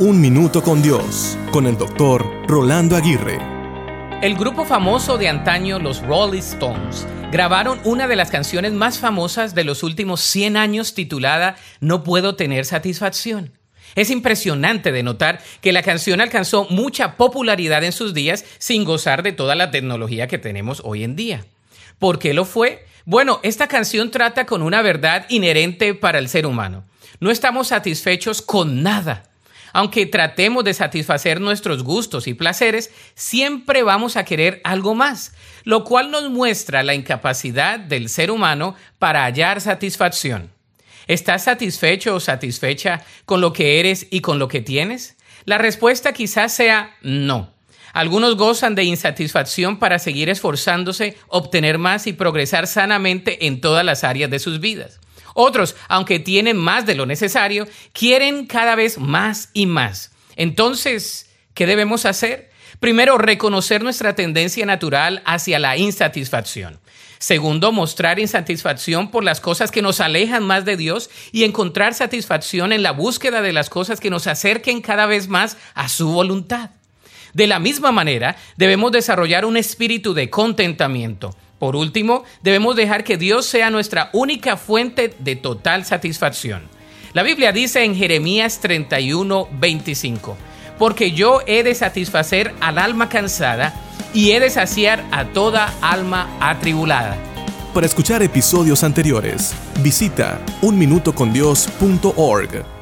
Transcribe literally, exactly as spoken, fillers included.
Un Minuto con Dios, con el doctor Rolando Aguirre. El grupo famoso de antaño, los Rolling Stones, grabaron una de las canciones más famosas de los últimos cien años titulada No puedo tener satisfacción. Es impresionante de notar que la canción alcanzó mucha popularidad en sus días sin gozar de toda la tecnología que tenemos hoy en día. ¿Por qué lo fue? Bueno, esta canción trata con una verdad inherente para el ser humano. No estamos satisfechos con nada. Aunque tratemos de satisfacer nuestros gustos y placeres, siempre vamos a querer algo más, lo cual nos muestra la incapacidad del ser humano para hallar satisfacción. ¿Estás satisfecho o satisfecha con lo que eres y con lo que tienes? La respuesta quizás sea no. Algunos gozan de insatisfacción para seguir esforzándose, obtener más y progresar sanamente en todas las áreas de sus vidas. Otros, aunque tienen más de lo necesario, quieren cada vez más y más. Entonces, ¿qué debemos hacer? Primero, reconocer nuestra tendencia natural hacia la insatisfacción. Segundo, mostrar insatisfacción por las cosas que nos alejan más de Dios y encontrar satisfacción en la búsqueda de las cosas que nos acerquen cada vez más a su voluntad. De la misma manera, debemos desarrollar un espíritu de contentamiento. Por último, debemos dejar que Dios sea nuestra única fuente de total satisfacción. La Biblia dice en Jeremías treinta y uno, veinticinco, porque yo he de satisfacer al alma cansada y he de saciar a toda alma atribulada. Para escuchar episodios anteriores, visita un minuto con dios punto org.